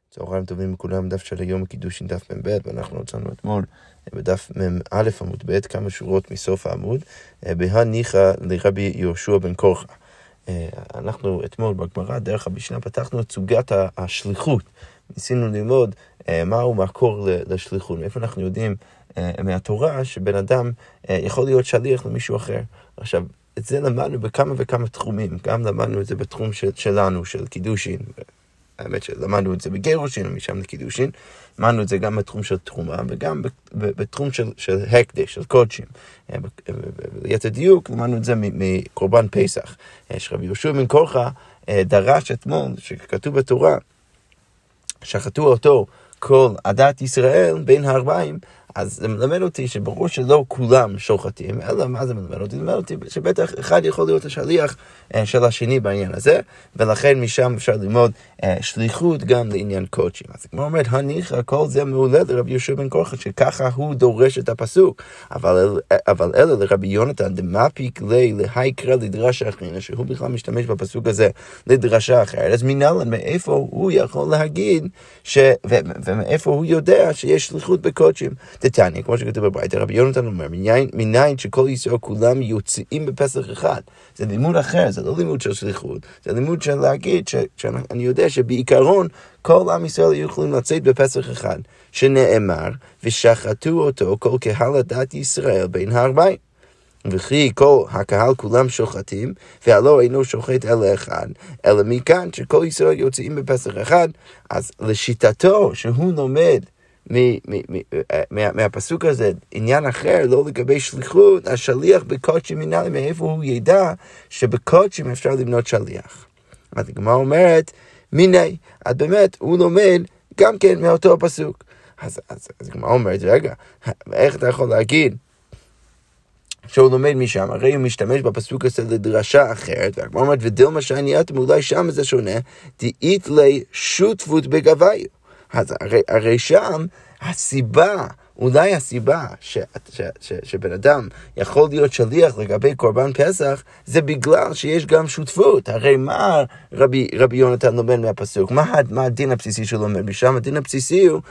צהריים טובים לכולם, דף של היום הקידושין דף מ"ב, ואנחנו רצינו אתמול בדף מ"א עמוד ב' כמה שורות מסוף העמוד, בהניחא לרבי יהושע בן קורחה. אנחנו אתמול בגמרא דרך המשנה פתחנו את סוגיית השליחות, ניסינו ללמוד מהו מקור לשליחות, מאיפה אנחנו יודעים מהתורה שבן אדם יכול להיות שליח למישהו אחר. עכשיו, את זה למדנו בכמה וכמה תחומים, גם למדנו את זה בתחום שלנו, של קידושין, האמת שלמדנו את זה בגירושין, משם לקידושין, למדנו את זה גם בתחום של תרומה, וגם בתחום של הקדש, של קודשים. ליתר דיוק, למדנו את זה מקורבן פסח. שרבי יהושע בן קורחה דרש אתמול, שכתוב בתורה, שחטו אותו כל עדת ישראל בין הארבעים, אז זה מלמד אותי שברור שלא כולם שוחטים, אלא מה זה מלמד אותי? מלמד אותי שבטח אחד יכול להיות השליח של השני בעניין הזה, ולכן משם אפשר ללמוד שליחות גם לעניין קודשים. אז כמו אומרת, הניחא, כל זה מעולה לרבי יהושע בן קורחה, שככה הוא דורש את הפסוק, אבל אלה לרבי יונתן, דמפיק להיקרא לדרשה אחרת, שהוא בכלל משתמש בפסוק הזה לדרשה אחרת, אז מנהלן, מאיפה הוא יכול להגיד, ומאיפה הוא יודע שיש שליחות בקודשים? תתניא, כמו שכתוב בברייתא, רבי יונתן אומר, מניין שכל ישראל כולם יוצאים בפסח אחד. זה לימוד אחר, זה לא לימוד של שליחות, זה לימוד של להגיד שאני יודע שבעיקרון כל עם ישראל יכולים לצאת בפסח אחד, שנאמר, ושחטו אותו כל קהל עדת ישראל בין הארבעים. וכי כל הקהל כולם שוחטים, והלא אינו שוחט אלא אחד, אלא מכאן שכל ישראל יוצאים בפסח אחד, אז לשיטתו שהוא לומד מהפסוק הזה, עניין אחר, לא לגבי שליחות, השליח בקודשים מנהלי, מאיפה הוא ידע שבקודשים אפשר לבנות שליח. אז הגמרא אומרת, מיני, אז באמת הוא לומד גם כן מאותו הפסוק. אז הגמרא אומרת, רגע, איך אתה יכול להגיד שהוא לומד משם? הרי הוא משתמש בפסוק הזה לדרשה אחרת, והגמרא אומרת, ודילמה שענייתם, אולי שם זה שונה, דאית לי שותפות בגביו. אז הרי שם הסיבה, אולי הסיבה שבן אדם יכול להיות שליח לגבי קורבן פסח, זה בגלל שיש גם שותפות. הרי מה רבי יונתן לומד מהפסוק? מה הדין הבסיסי שלו לומד משם? הדין הבסיסי הוא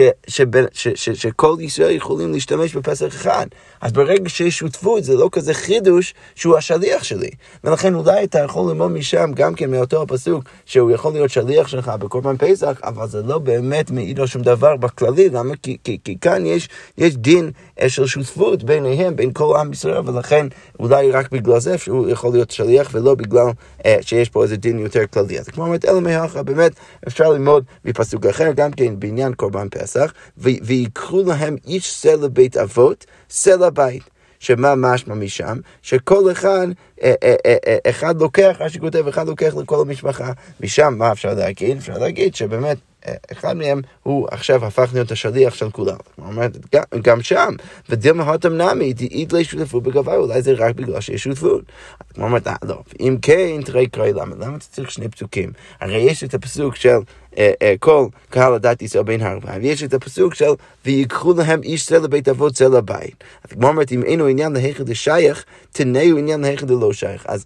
שכל ישראל יכולים להשתמש בפסח אחד. אז ברגע שיש שותפות, זה לא כזה חידוש שהוא השליח שלי. ולכן אולי אתה יכול ללמוד משם גם כן מאותו הפסוק, שהוא יכול להיות שליח שלך בקורבן פסח, אבל זה לא באמת מעיד על שום דבר בכללי. למה? כי כאן יש דין של שותפות ביניהם, בין כל עם ישראל, ולכן אולי רק בגלל זה שהוא יכול להיות שליח, ולא בגלל שיש פה איזה דין יותר כללי. אז כמו אומרת, אלא מהכה, באמת אפשר ללמוד בפסוק אחר, גם כן בעניין קורבן פסח, ויקחו להם איש סלע בית אבות, סלע בית. שמה משמע משם? שכל אחד לוקח, מה שכותב, אחד לוקח לכל המשפחה. משם מה אפשר להגיד? אפשר להגיד שבאמת אחד מהם הוא עכשיו הפך להיות השליח של כולם. זאת אומרת, גם שם, ודילמה הותם נמי, דאית לי שותפות בגביו, אולי זה רק בגלל שיש שותפות. זאת אומרת, לא. אם כן, תראי קראי למה אתה צריך שני פסוקים? הרי יש את הפסוק של כל קהל עדת ישראל בין הארבעים, ויש את הפסוק של ויקחו להם איש סלע בית אבות סלע בית. אז כמו אומרת, אם אינו עניין להיכד לשייך, תנאו עניין להיכד ללא שייך. אז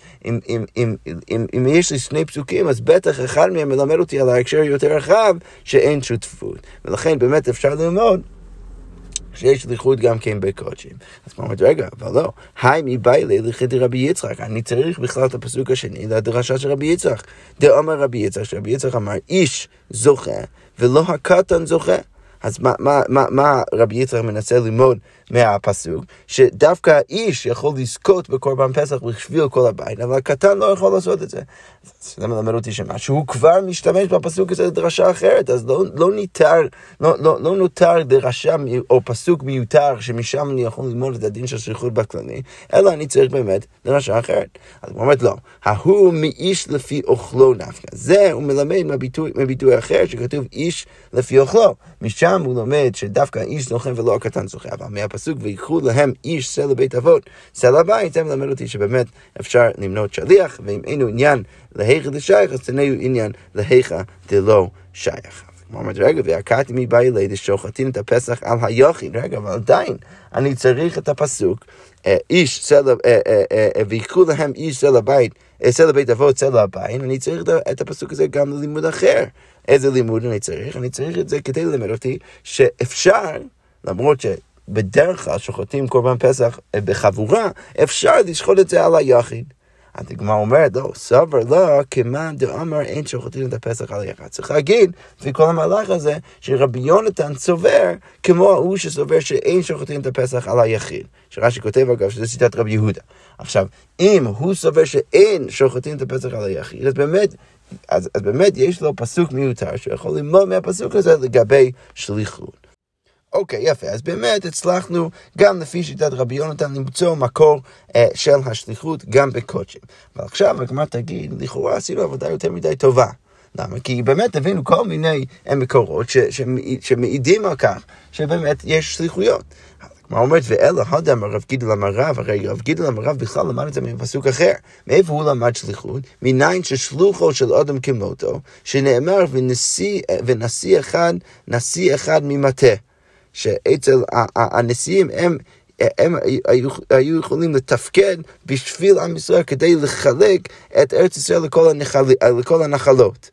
אם יש לי שני פסוקים, אז בטח אחד מהם מלמד אותי על ההקשר יותר רחב, שאין שותפות. ולכן באמת אפשר ללמוד שיש שליחות גם כן בקודשים. אז כמו אומרת, רגע, אבל לא. היי מבית לי לכדי רבי יצחק. אני צריך בכלל את הפסוק השני לדרשה של רבי יצחק. דאמר רבי יצחק, שרבי יצחק אמר, איש זוכה ולא הקטן זוכה. אז מה רבי יצחק מנסה ללמוד מהפסוק? שדווקא האיש יכול לזכות בקורבן פסח בשביל כל הבית, אבל הקטן לא יכול לעשות את זה. זה מלמד אותי שמה, שהוא כבר משתמש בפסוק הזה לדרשה אחרת, אז לא נותר דרשה או פסוק מיותר שמשם אני יכול ללמוד את הדין של שליחות בכללי, אלא אני צריך באמת דרשה אחרת. אז הוא אומר, לא, ההוא מאיש לפי אוכלו נפקא. זה הוא מלמד מביטוי אחר שכתוב איש לפי אוכלו. משם הוא לומד שדווקא האיש זוכה ולא הקטן זוכה, אבל מהפסוק ויקחו להם איש סלע בית אבות סלע בית, זה מלמד אותי שבאמת אפשר למנות שליח, ואם אינו עניין להיכא לשייך, אז תנאו עניין להיכא דלא שייך. כמו אומרת, רגע, והקעתי מבית לידי שוחטים את הפסח על היחיד, רגע, אבל עדיין אני צריך את הפסוק, איש סלע, ויקחו להם איש סלע בית, סלע בית אבות סלע הבית, אני צריך את הפסוק הזה גם ללימוד אחר. איזה לימוד אני צריך? אני צריך את זה כדי ללמד אותי שאפשר, למרות שבדרך כלל שוחטים קורבן פסח בחבורה, אפשר לשחוט את זה על היחיד. הגמרא אומרת, לא, סבר לא, כמאן דאמר אין שוחטים את הפסח על היחיד. צריך להגיד, לפי כל המהלך הזה, שרבי יונתן סובר, כמו הוא שסובר שאין שוחטים את הפסח על היחיד. שרש"י כותב אגב, שזה שיטת רבי יהודה. עכשיו, אם הוא סובר שאין שוחטים את הפסח על היחיד, אז באמת יש לו פסוק מיותר, שיכול ללמוד מהפסוק הזה לגבי שליחות. אוקיי, יפה. אז באמת הצלחנו גם לפי שיטת רבי יונתן למצוא מקור של השליחות גם בקודשים. אבל עכשיו הגמרא תגיד, לכאורה עשינו עבודה יותר מדי טובה. למה? כי באמת הבינו כל מיני מקורות שמעידים על כך שבאמת יש שליחויות. הגמרא אומרת, ואלה הדם הרב גידל אמריו, הרי רב גידל אמריו בכלל למד את זה מפסוק אחר. מאיפה הוא למד שליחות? מניין ששלוחו של אדם כמותו, שנאמר ונשיא אחד ממטה. שאצל הנשיאים הם היו יכולים לתפקד בשביל עם ישראל כדי לחלק את ארץ ישראל לכל הנחלות.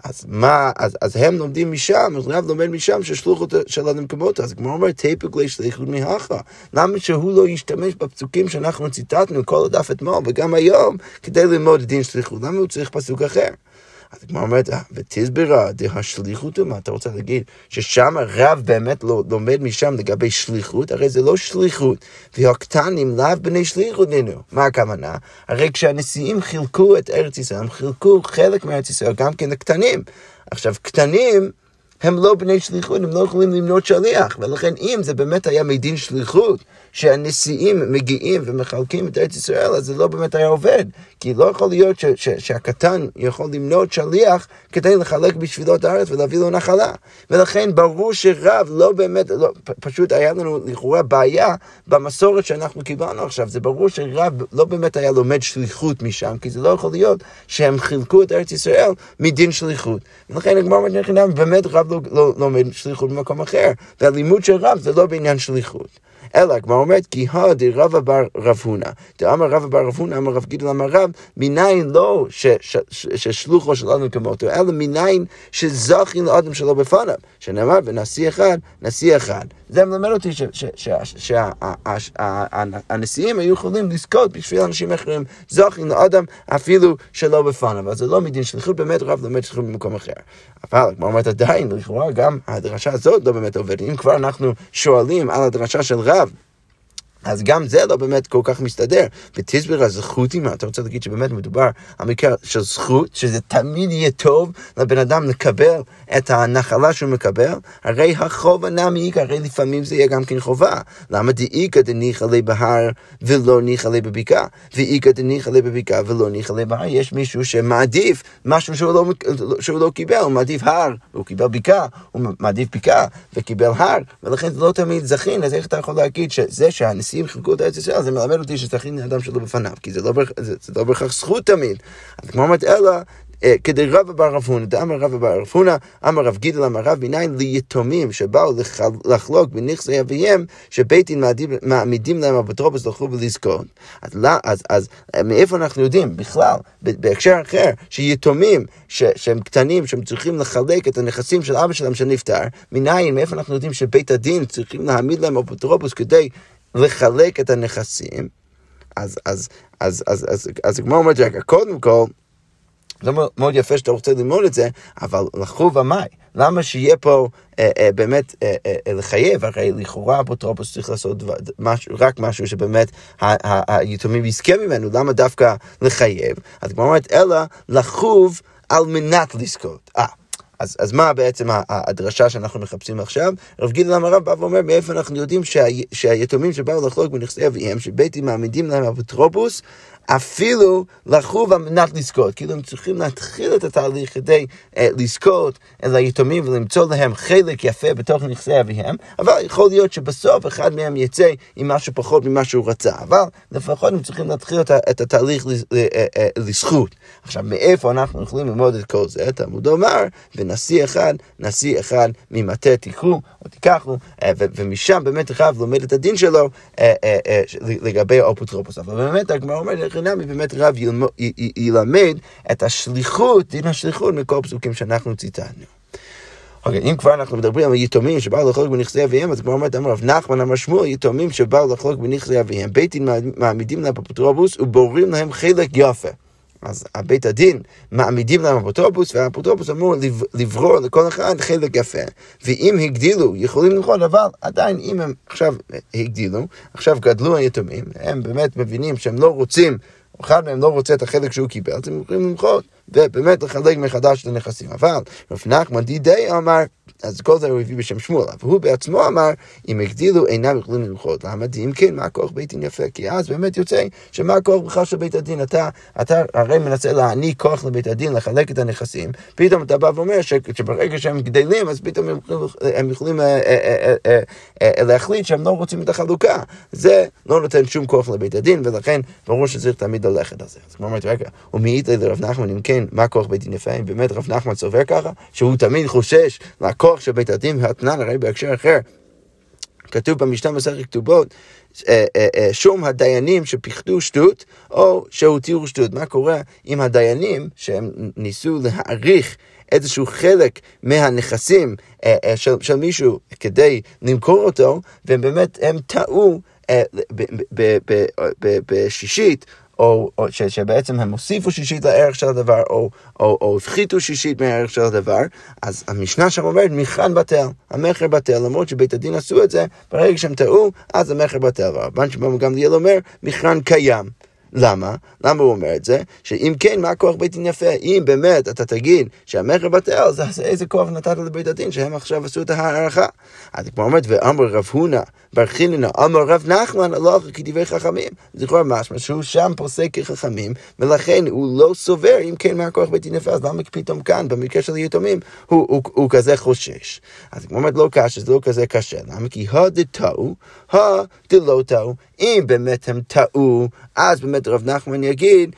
אז הם לומדים משם, אז רב לומד משם ששלוחו של אדם כמותו. אז הגמרא אומרת, תיפוק לשליחות מהכה. למה שהוא לא ישתמש בפסוקים שאנחנו ציטטנו כל הדף אתמול וגם היום כדי ללמוד דין שליחות? למה הוא צריך פסוק אחר? אז הגמרא אומרת, ותסברה, השליחות, מה אתה רוצה להגיד? ששם הרב באמת לא לומד משם לגבי שליחות? הרי זה לא שליחות. והקטנים לאו בני שליחות נינו. מה הכוונה? הרי כשהנשיאים חילקו את ארץ ישראל, הם חילקו חלק מארץ ישראל גם כן לקטנים. עכשיו, קטנים הם לא בני שליחות, הם לא יכולים למנות שליח, ולכן אם זה באמת היה מדין שליחות, שהנשיאים מגיעים ומחלקים את ארץ ישראל, אז זה לא באמת היה עובד, כי לא יכול להיות שהקטן יכול למנות שליח כדי לחלק בשבילו את הארץ ולהביא לו נחלה, ולכן ברור שרב לא באמת, פשוט היה לנו לכאורה בעיה במסורת שאנחנו קיבלנו עכשיו, זה ברור שרב לא באמת היה לומד שליחות משם, כי זה לא יכול להיות שהם חילקו את ארץ ישראל מדין שליחות, ולכן הגמרא אומרת, באמת רב לא לומד שליחות במקום אחר, והלימוד של רב זה לא בעניין שליחות. אלא, כמו אומרת, כי דרבא בר רב הונא, דאמר רבא בר רב הונא, אמר רב גידל אמר רב, מניין לא ששלוחו של אדם כמותו, אלא מניין שזכין לאדם שלו בפניו, שנאמר, ונשיא אחד, נשיא אחד. זה מלמד אותי שהנשיאים היו יכולים לזכות בשביל אנשים אחרים, זכין לאדם אפילו שלא בפניו. אז זה לא מדין שליחות, באמת רב לומד שליחות במקום אחר. אבל, כמו אומרת, עדיין, לכאורה גם הדרשה הזאת לא באמת עובדת. אם כבר אנחנו שואלים על הדרשה של רב, אז גם זה לא באמת כל כך מסתדר. ותסביר הזכות, אם אתה רוצה להגיד שבאמת מדובר על מקרה של זכות, שזה תמיד יהיה טוב לבן אדם לקבל את הנחלה שהוא מקבל, הרי החובה נמי, הרי לפעמים זה יהיה גם כן חובה. למה דאיכא דניחא ליה בהר ולא ניחא ליה בבקעה? ואיכא דניחא ליה בבקעה ולא ניחא ליה בהר? יש מישהו שמעדיף משהו שהוא לא קיבל, הוא מעדיף הר, הוא קיבל בקעה, הוא מעדיף בקעה וקיבל הר, ולכן זה לא תמיד זכין. אז איך אתה יכול להגיד שזה שהנשיאים חילקו את ארץ ישראל, זה מלמד אותי שזכין לאדם שלו בפניו, כי זה לא בהכרח זכות תמיד. אז כמו אומרת, אלא כדי רבא בר רב הונא, דאמר רבא בר רב הונא, אמר רב גידל אמר רב, מניין ליתומים שבאו לחלוק בנכסי אביהם, שבית דין מעמידים להם אפוטרופוס לחוב ולזכות. אז מאיפה אנחנו יודעים בכלל, בהקשר אחר, שיתומים שהם קטנים, שהם צריכים לחלק את הנכסים של אבא שלהם שנפטר, מניין, מאיפה אנחנו יודעים שבית הדין צריכים להעמיד להם אפוטרופוס כדי לחלק את הנכסים? אז כמו אומרת, קודם כל, זה מאוד יפה שאתה רוצה ללמוד את זה, אבל לחוב המאי, למה שיהיה פה באמת לחייב? הרי לכאורה אפוטרופוס צריך לעשות רק משהו שבאמת היתומים יזכה ממנו, למה דווקא לחייב? אז כמו אומרת, אלא לחוב על מנת לזכות. אז מה בעצם הדרשה שאנחנו מחפשים עכשיו? רב גידל אמר רב בא ואומר, מאיפה אנחנו יודעים שהיתומים שבאו לחלוק בנכסי אביהם, שבית דין מעמידים להם אפוטרופוס, אפילו לחוב על מנת לזכות. כאילו הם צריכים להתחיל את התהליך כדי לזכות אל היתומים ולמצוא להם חלק יפה בתוך נכסי אביהם, אבל יכול להיות שבסוף אחד מהם יצא עם משהו פחות ממה שהוא רצה, אבל לפחות הם צריכים להתחיל את התהליך לזכות. עכשיו, מאיפה אנחנו יכולים ללמוד את כל זה? תלמוד אומר, ונשיא אחד ממטה תיקחו או תיקחו, ומשם באמת רב לומד את הדין שלו לגבי האפוטרופוס. אבל באמת הגמרא אומרת, באמת רב ילמד את השליחות, דין השליחות מכל פסוקים שאנחנו ציטטנו. אוקיי, אם כבר אנחנו מדברים על יתומים שבאו לחלוק בנכסי אביהם, אז כבר אומרת, אמר רב נחמן אמר שמואל, יתומים שבאו לחלוק בנכסי אביהם, בית דין מעמידים להם אפוטרופוס ובוררים להם חלק יפה. אז בית הדין מעמידים להם אפוטרופוס, והאפוטרופוס אמור לברור לכל אחד חלק יפה. ואם הגדילו, יכולים למחות, אבל עדיין אם הם עכשיו הגדילו, עכשיו גדלו היתומים, הם באמת מבינים שהם לא רוצים, אחד מהם לא רוצה את החלק שהוא קיבל, אז הם יכולים למחות, ובאמת לחלק מחדש לנכסים. אבל רב נחמן דידי אמר, אז כל זה הוא הביא בשם שמואל, והוא בעצמו אמר, אם הגדילו אינם יכולים למחות. למה? אם כן, מה הכוח בית דין יפה? כי אז באמת יוצא שמה הכוח בכלל של בית הדין? אתה הרי מנסה להעניק כוח לבית הדין, לחלק את הנכסים, פתאום אתה בא ואומר שברגע שהם גדלים, אז פתאום הם יכולים להחליט שהם לא רוצים את החלוקה. זה לא נותן שום כוח לבית הדין, ולכן ברור שצריך תמיד ללכת על זה. אז כמו אומרת, רגע, הוא מעיד לרב נחמן, אם כן, מה הכוח בית דין יפה? אם באמת רב נחמן סובר ככה, שהוא תמיד חושש לכוח של בית הדין והתנן, הרי בהקשר אחר, כתוב במשנה מסכת כתובות, שום הדיינים שפיחדו שטות, או שהותירו שטות. מה קורה עם הדיינים שהם ניסו להעריך איזשהו חלק מהנכסים של מישהו כדי למכור אותו, והם באמת הם טעו בשישית, או שבעצם הם הוסיפו שישית לערך של הדבר, או הפחיתו שישית מהערך של הדבר, אז המשנה שם אומרת, מכרן בטל, המכר בטל, למרות שבית הדין עשו את זה, ברגע שהם טעו, אז המכר בטל. והרבן שמעון גמליאל אומר, מכרן קיים. למה? למה הוא אומר את זה? שאם כן, מה הכוח בית דין יפה? אם באמת אתה תגיד שהמכר בטל, אז איזה כוח נתת לבית הדין שהם עכשיו עשו את הערכה? אז כמו אומרת, ואמר רב הונא בר חילנה, אמר רב נחמן, הלכה כדברי חכמים. זכור משמע שהוא שם פוסק כחכמים, ולכן הוא לא סובר, אם כן, מה הכוח בית דין יפה? אז למה פתאום כאן, במקרה של היתומים, הוא כזה חושש? אז כמו אומרת, לא קשה, זה לא כזה קשה. למה? כי הדטעו, הדלא טעו. אם באמת הם טעו, אז באמת רב נחמן יגיד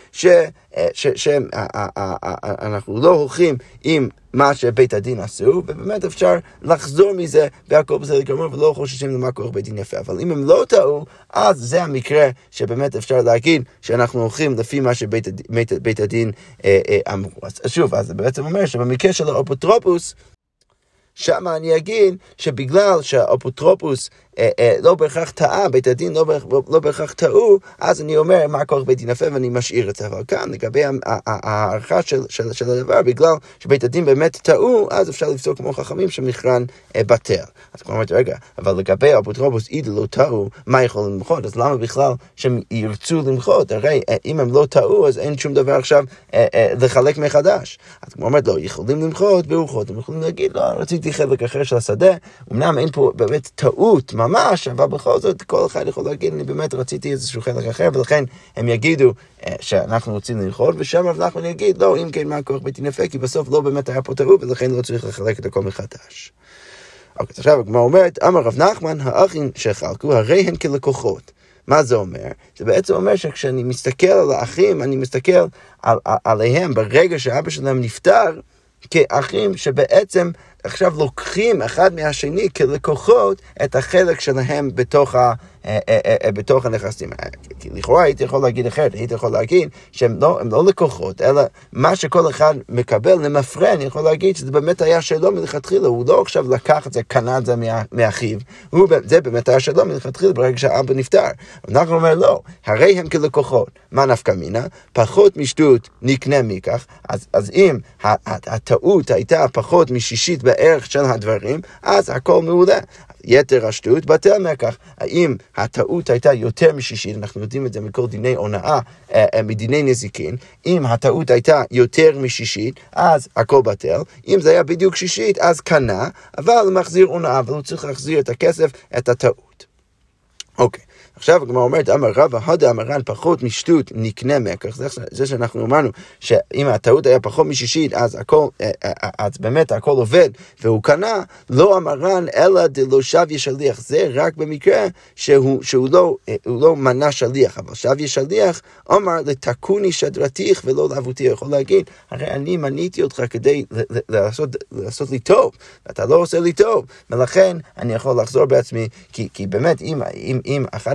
שאנחנו לא הולכים עם מה שבית הדין עשו, ובאמת אפשר לחזור מזה, והכל בסדר גמור, ולא חוששים למה כוח בית דין יפה. אבל אם הם לא טעו, אז זה המקרה שבאמת אפשר להגיד שאנחנו הולכים לפי מה שבית הדין אמרו. אז שוב, אז זה בעצם אומר שבמקרה של האפוטרופוס, שם אני אגיד שבגלל שהאפוטרופוס לא בהכרח טעה, בית הדין לא בהכרח טעו, אז אני אומר מה כוח בית דין יפה ואני משאיר את זה. אבל כאן לגבי הערכה של הדבר, בגלל שבית הדין באמת טעו, אז אפשר לפסוק כמו חכמים שמכרן בטל. אז כמו אומרת, רגע, אבל לגבי האפוטרופוס אידא לא טעו, מה יכולים למחות? אז למה בכלל שהם ירצו למחות? הרי אם הם לא טעו, אז אין שום דבר עכשיו לחלק מחדש. אז כמו אומרת, לא, יכולים למחות ברוחות, הם יכולים להגיד, לא, רציתי חלק אחר של השדה, אמנם אין פה באמת טעות ממש, אבל בכל זאת כל אחד יכול להגיד, אני באמת רציתי איזשהו חלק אחר, ולכן הם יגידו שאנחנו רוצים למחות, ושם אנחנו נגיד, לא, אם כן מה כוח בית דין יפה, כי בסוף לא באמת היה פה טעות, ולכן לא צריך לחלק את הכל מחדש. אוקיי, עכשיו הגמרא אומרת, אמר רב נחמן, האחים שחלקו, הרי הן כלקוחות. מה זה אומר? זה בעצם אומר שכשאני מסתכל על האחים, אני מסתכל עליהם ברגע שאבא שלהם נפטר, כאחים שבעצם עכשיו לוקחים אחד מהשני כלקוחות את החלק שלהם בתוך הנכסים. כי לכאורה הייתי יכול להגיד אחרת, הייתי יכול להגיד שהם לא לקוחות, אלא מה שכל אחד מקבל למפרע, אני יכול להגיד שזה באמת היה שלו מלכתחילה, הוא לא עכשיו לקח את זה, קנה את זה מאחיו, זה באמת היה שלו מלכתחילה ברגע שהאבא נפטר. אנחנו אומר לא, הרי הם כלקוחות, מה נפקא מינה? פחות משטות נקנה מכך, אז אם הטעות הייתה פחות משישית בערך של הדברים, אז הכל מעולה. יתר השטות בטל מכך. האם הטעות הייתה יותר משישית, אנחנו יודעים את זה מכל דיני הונאה, מדיני נזיקין, אם הטעות הייתה יותר משישית, אז הכל בטל. אם זה היה בדיוק שישית, אז קנה, אבל הוא מחזיר הונאה, אבל הוא צריך להחזיר את הכסף, את הטעות. אוקיי. עכשיו הגמרא אומרת, אמר רבא הודה אמרן פחות משטות נקנה מכך. זה שאנחנו אמרנו שאם הטעות היה פחות משישית, אז באמת הכל עובד והוא קנה, לא אמרן אלא דלא שביה שליח. זה רק במקרה שהוא לא מנה שליח, אבל שביה שליח אמר לתקוני שדרתיך ולא לעבותי. יכול להגיד, הרי אני מניתי אותך כדי לעשות לי טוב, אתה לא עושה לי טוב, ולכן אני יכול לחזור בעצמי, כי באמת אם אחד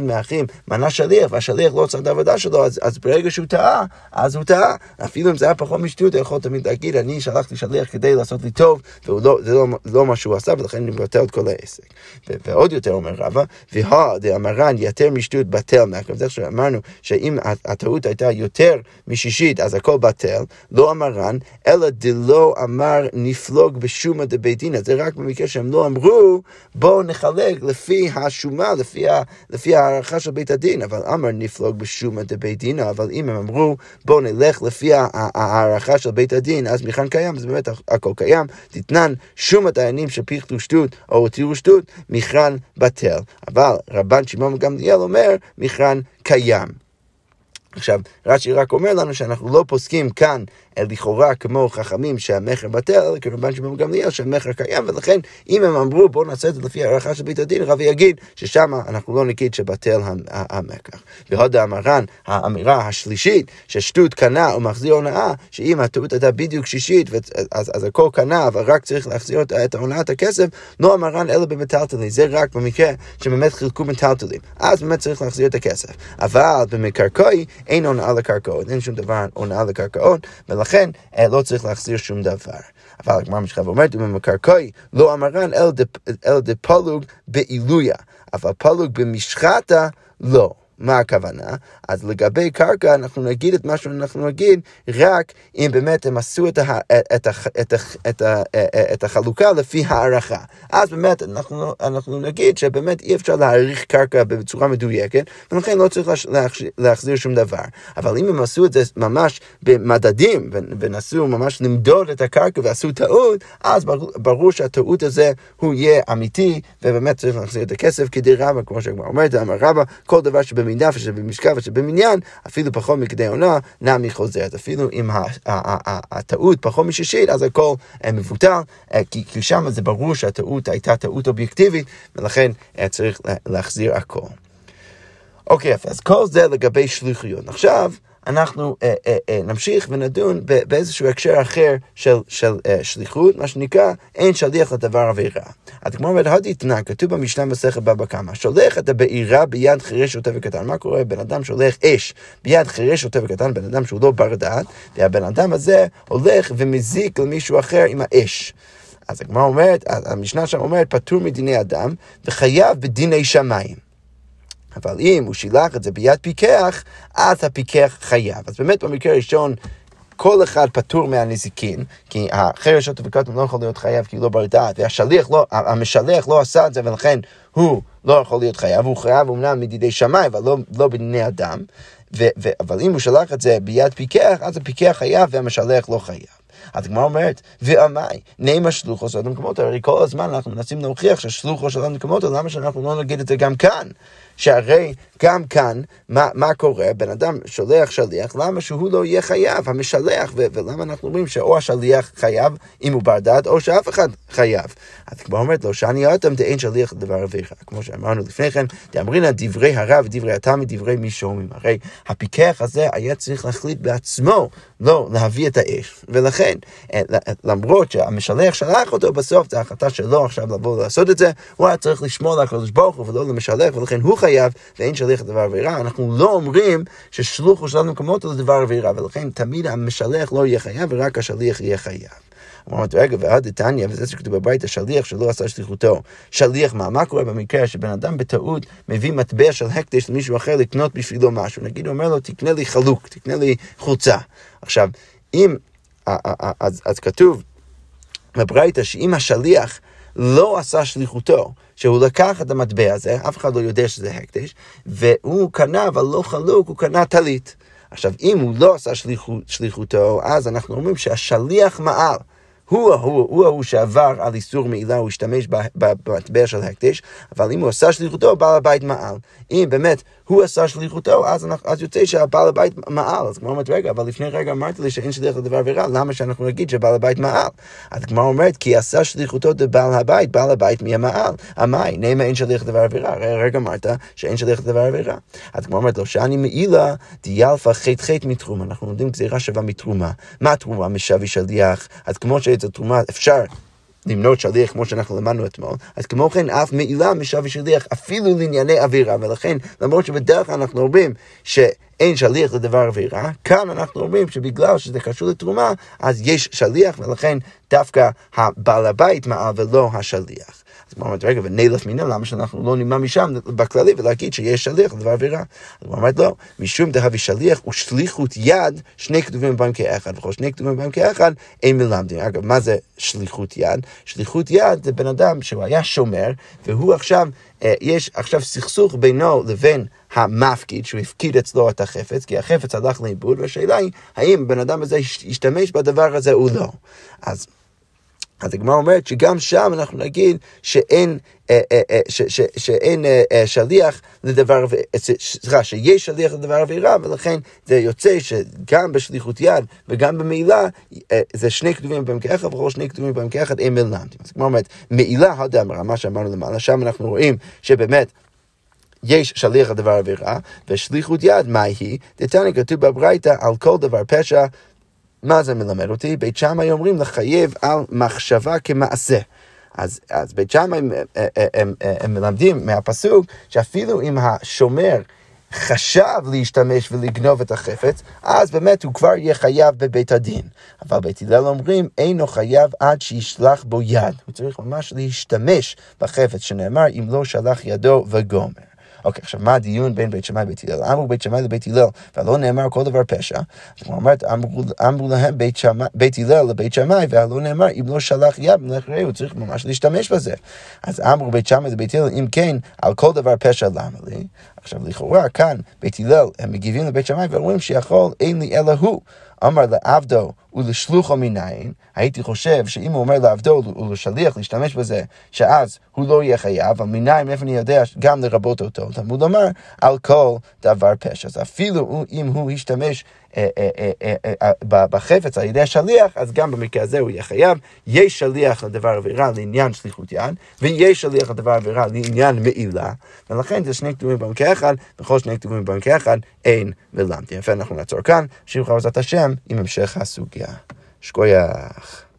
מהאחים מנה שליח, והשליח לא עושה את העבודה שלו, אז ברגע שהוא טעה, אז הוא טעה. אפילו אם זה היה פחות משטות, הוא יכול תמיד להגיד, אני שלחתי שליח כדי לעשות לי טוב, וזה לא מה שהוא עשה, ולכן אני מבטל את כל העסק. ועוד יותר אומר רבא, והמרן יותר משטות בטל מהקרב. זה שאמרנו שאם הטעות הייתה יותר משישית, אז הכל בטל, לא המרן, אלא דלא אמר נפלוג בשומא דבית דין. זה רק במקרה שהם לא אמרו, בואו נחלק לפי השומה, לפי הערכה של בית הדין, אבל אמר נפלוג בשומא דבית דין, אבל אם הם אמרו, בואו נלך לפי הערכה של בית הדין, אז מכאן קיים, זה באמת הכל קיים, תתנן שומת העניינים שפיחתו שטות או הותירו שטות, מכאן בטל. אבל רבן שמעון גמליאל אומר, מכאן קיים. עכשיו, רש"י רק אומר לנו שאנחנו לא פוסקים כאן לכאורה כמו חכמים שהמחר בטל, אלא כרבן שמעון גמליאל שהמחר קיים, ולכן אם הם אמרו בואו נעשה את זה לפי הערכה של בית הדין, רבי יגיד ששם אנחנו לא נגיד שבטל המקח. והודה המרן, האמירה השלישית ששטות קנה או מחזיר הונאה, שאם הטעות הייתה בדיוק שישית אז הכל קנה אבל רק צריך להחזיר את הונאת הכסף, לא המרן אלא במטלטלים, זה רק במקרה שבאמת חילקו מטלטלים, אז באמת צריך להחזיר את הכסף. אבל במקרקעי אין הונאה לקרקעות, אין שום דבר הונאה לקרקעות, ולכן לא צריך להחזיר שום דבר. אבל הגמרא משכב אומרת, ובמקרקעי לא המרן אלא דפלוג בעילויה, אבל פלוג במשחטה לא. מה הכוונה? אז לגבי קרקע אנחנו נגיד את מה שאנחנו נגיד רק אם באמת הם עשו את החלוקה לפי הערכה. אז באמת אנחנו נגיד שבאמת אי אפשר להעריך קרקע בצורה מדויקת, ולכן לא צריך להחזיר שום דבר. אבל אם הם עשו את זה ממש במדדים ונסו ממש למדוד את הקרקע ועשו טעות, אז ברור שהטעות הזה הוא יהיה אמיתי, ובאמת צריך להחזיר את הכסף כדי רבא, כמו שכבר אומרת, אמר רבא, כל דבר שבמידה ושבמשקע ושבמניין, אפילו פחות מכדי עונה, נמי חוזרת. אפילו אם הטעות פחות משישית, אז הכל מבוטל, כי שם זה ברור שהטעות הייתה טעות אובייקטיבית, ולכן צריך להחזיר הכל. אוקיי, אז כל זה לגבי שליחויות. עכשיו, אנחנו נמשיך ונדון באיזשהו הקשר אחר של שליחות, מה שנקרא, אין שליח לדבר עבירה. אז כמו אומרת, הדתנן, כתוב במשנה מסכת בבא קמא, שולח את הבעירה ביד חירש שוטה וקטן. מה קורה? בן אדם שולח אש ביד חירש שוטה וקטן, בן אדם שהוא לא בר דעת, והבן אדם הזה הולך ומזיק למישהו אחר עם האש. אז הגמרא אומרת, המשנה שם אומרת, פטור מדיני אדם וחייב בדיני שמיים. אבל אם הוא שילח את זה ביד פיקח, אז הפיקח חייב. אז באמת במקרה ראשון, כל אחד פטור מהנזיקין, כי החרש שוטה וקטן לא יכול להיות חייב כי הוא לא בר דעת, והמשלח לא עשה את זה, ולכן הוא לא יכול להיות חייב, הוא חייב אומנם מדיני שמיים, אבל לא בדיני אדם, אבל אם הוא שלח את זה ביד פיקח, אז הפיקח חייב והמשלח לא חייב. אז הגמרא אומרת, ואמי, נעימה שלוחו של אדם כמותו, הרי כל הזמן אנחנו מנסים להוכיח ששלוחו של אדם כמותו, למה שאנחנו לא נגיד את זה גם כאן? שהרי גם כאן, מה קורה? בן אדם שולח שליח, למה שהוא לא יהיה חייב, המשלח, ולמה אנחנו אומרים שאו השליח חייב, אם הוא בר דעת, או שאף אחד חייב. אז כבר אומרת לו, שאני אתם דאין שליח לדבר אביך, כמו שאמרנו לפני כן, תאמרינה דברי הרב, דברי התלמיד, דברי מי שומעים. הרי הפיקח הזה היה צריך להחליט בעצמו, לא להביא את האש, ולכן, למרות שהמשלח שלח אותו בסוף, זה החלטה שלו עכשיו לבוא לעשות את זה, הוא היה צריך לשמור לקדוש ברוך הוא ולא למשלח, ולכן הוא חייב, ואין שליח לדבר עבירה. אנחנו לא אומרים ששלוחו שלנו כמותו לדבר עבירה, ולכן תמיד המשלח לא יהיה חייב, ורק השליח יהיה חייב. אמרת, רגע, והדתניא, וזה שכתוב בבית, השליח שלא עשה שליחותו. שליח מה קורה במקרה שבן אדם בטעות מביא מטבע של הקדש למישהו אחר לקנות בשבילו משהו? נגיד, הוא אומר לו, תקנה לי חלוק, תקנה לי חולצה. עכשיו, אז כתוב בברייתא שאם השליח לא עשה שליחותו, שהוא לקח את המטבע הזה, אף אחד לא יודע שזה הקדש, והוא קנה, אבל לא חלוק, הוא קנה טלית. עכשיו, אם הוא לא עשה שליחותו, אז אנחנו אומרים שהשליח מעל. הוא שעבר על איסור מעילה, הוא השתמש במטבע של הקדש, אבל אם הוא עשה שליחותו, בעל הבית מעל. אם באמת הוא עשה שליחותו, אז יוצא שהבעל הבית מעל. אז כמו אומרת, רגע, אבל לפני רגע אמרתי לי שאין שליח לדבר עבירה, למה שאנחנו נגיד שבעל הבית מעל? אז כמו אומרת, כי עשה שליחותו לבעל הבית, בעל הבית מי המעל. אמי, נאמה אין שליח לדבר עבירה. רגע אמרת שאין שליח לדבר עבירה. אז כמו אומרת לו, שאני מעילה, דיאלפה חטא מתרומה. אנחנו יודעים גזירה שווה מתרומה. מה תרומה? משווה שליח. אז כמו את התרומה אפשר למנות שליח כמו שאנחנו למדנו אתמול, אז כמו כן אף מעילה משווה שליח אפילו לענייני עבירה, ולכן למרות שבדרך כלל אנחנו אומרים שאין שליח לדבר עבירה, כאן אנחנו אומרים שבגלל שזה קשור לתרומה, אז יש שליח, ולכן דווקא הבעל הבית מעל ולא השליח. אז הוא אומרת, רגע, ונלך מינה, למה שאנחנו לא נמנע משם בכללי ולהגיד שיש שליח לדבר עבירה? אז הוא אומרת, לא, משום דהבי שליח ושליחות יד, שני כתובים בהם כאחד, וכל שני כתובים בהם כאחד, אין מלמדים. אגב, מה זה שליחות יד? שליחות יד זה בן אדם שהוא היה שומר, והוא עכשיו, יש עכשיו סכסוך בינו לבין המפקיד, שהוא הפקיד אצלו את החפץ, כי החפץ הלך לאיבוד, והשאלה היא, האם בן אדם הזה ישתמש בדבר הזה או לא? אז הגמרא אומרת שגם שם אנחנו נגיד שאין שליח לדבר, שיש שליח לדבר עבירה, ולכן זה יוצא שגם בשליחות יד וגם במעילה, זה שני כתובים בהם כאחד, וכל שני כתובים בהם כאחד אין מלמדים. אז הגמרא אומרת, מעילה הדאמרה, מה שאמרנו למעלה, שם אנחנו רואים שבאמת יש שליח לדבר עבירה, ושליחות יד, מה היא? דתניא כתוב בברייתא על כל דבר פשע, מה זה מלמד אותי? בית שמאי אומרים לחייב על מחשבה כמעשה. אז בית שמאי הם מלמדים מהפסוק שאפילו אם השומר חשב להשתמש ולגנוב את החפץ, אז באמת הוא כבר יהיה חייב בבית הדין. אבל בית הלל אומרים, אינו חייב עד שישלח בו יד. הוא צריך ממש להשתמש בחפץ שנאמר, אם לא שלח ידו וגומר. אוקיי, עכשיו מה הדיון בין בית שמאי לבית הלל? אמרו בית שמאי לבית הלל, ולא נאמר כל דבר פשע. אז הוא אומרת, אמרו להם בית הלל לבית שמאי, ולא נאמר, אם לא שלח יד, הוא צריך ממש להשתמש בזה. אז אמרו בית שמאי לבית הלל, אם כן, על כל דבר פשע, למה לי? עכשיו לכאורה, כאן בית הלל, הם מגיבים לבית שמאי, ואומרים שיכול, אין לי אלא הוא. אמר לעבדו ולשלוחו מניין, הייתי חושב שאם הוא אומר לעבדו ולשליח להשתמש בזה, שאז הוא לא יהיה חייב, אבל מניין איפה אני יודע גם לרבות אותו, תלמוד אומר על כל דבר פשע. אז אפילו אם הוא ישתמש בחפץ על ידי השליח, אז גם במקרה הזה הוא יהיה חייב. יש שליח לדבר עבירה לעניין שליחות יד, ויש שליח לדבר עבירה לעניין מעילה, ולכן זה שני כתובים במקרה אחד, וכל שני כתובים במקרה אחד אין מלמדים. יפה, אנחנו נעצור כאן, שיהיה בעזרת השם עם המשך הסוגיה. שכוייח.